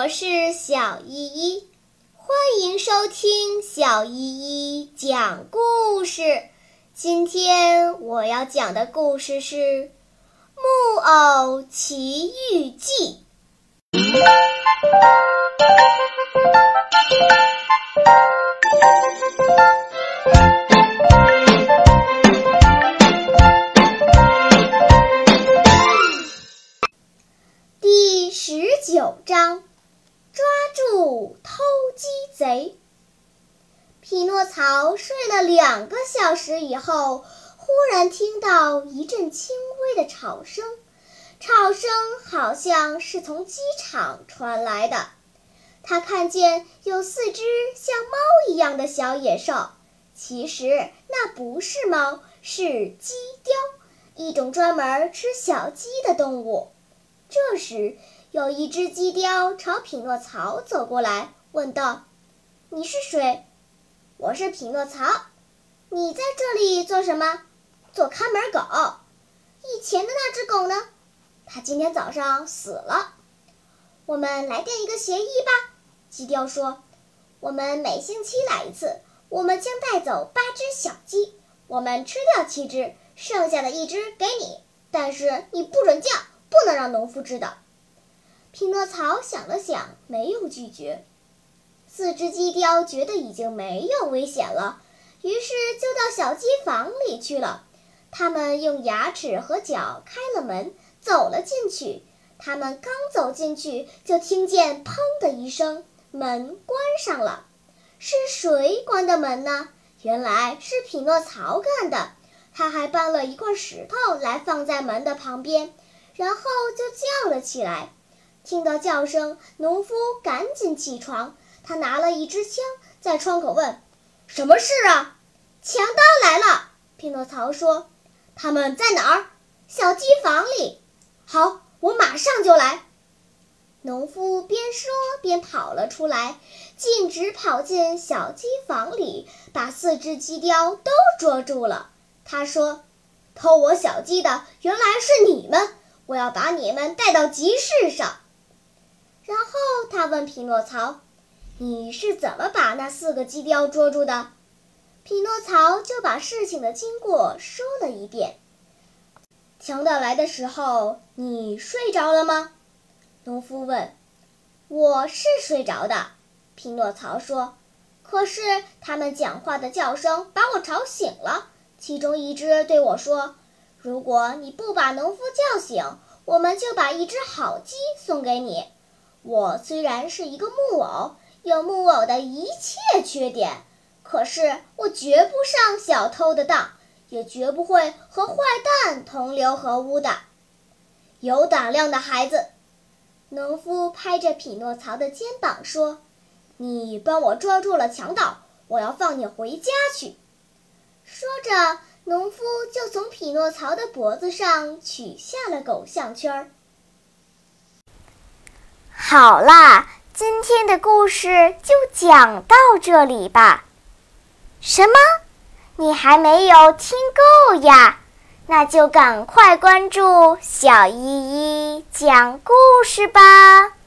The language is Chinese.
我是小依依，欢迎收听小依依讲故事。今天我要讲的故事是《木偶奇遇记》。第19章，抓住偷鸡贼。匹诺曹睡了2个小时以后，忽然听到一阵轻微的吵声，吵声好像是从鸡场传来的。他看见有4只像猫一样的小野兽，其实那不是猫，是鸡雕，一种专门吃小鸡的动物。这时，有一只鸡雕朝匹诺曹走过来，问道：“你是谁？”“我是匹诺曹。”“你在这里做什么？”“做看门狗。”“以前的那只狗呢？”“它今天早上死了。”“我们来定一个协议吧。”鸡雕说，“我们每星期来一次，我们将带走8只小鸡，我们吃掉7只，剩下的1只给你，但是你不准叫，不能让农夫知道。”匹诺曹想了想，没有拒绝。4只鸡雕觉得已经没有危险了，于是就到小鸡房里去了。他们用牙齿和脚开了门，走了进去。他们刚走进去，就听见砰的一声，门关上了。是谁关的门呢？原来是匹诺曹干的。他还搬了一块石头来放在门的旁边，然后就叫了起来。听到叫声，农夫赶紧起床，他拿了一支枪，在窗口问：“什么事啊？”“强盗来了。”匹诺曹说。“他们在哪儿？”“小鸡房里。”“好，我马上就来。”农夫边说边跑了出来，径直跑进小鸡房里，把4只鸡雕都捉住了。他说：“偷我小鸡的原来是你们，我要把你们带到集市上。”然后他问匹诺曹：“你是怎么把那4个鸡雕捉住的？”匹诺曹就把事情的经过说了一遍。“强盗来的时候，你睡着了吗？”农夫问。“我是睡着的。”匹诺曹说，“可是他们讲话的叫声把我吵醒了。其中1只对我说，如果你不把农夫叫醒，我们就把1只好鸡送给你。我虽然是一个木偶，有木偶的一切缺点，可是我绝不上小偷的当，也绝不会和坏蛋同流合污的。有胆量的孩子。”农夫拍着匹诺曹的肩膀说，“你帮我捉住了强盗，我要放你回家去。”说着，农夫就从匹诺曹的脖子上取下了狗项圈。 好啦，今天的故事就讲到这里吧。什么？你还没有听够呀？那就赶快关注小依依讲故事吧。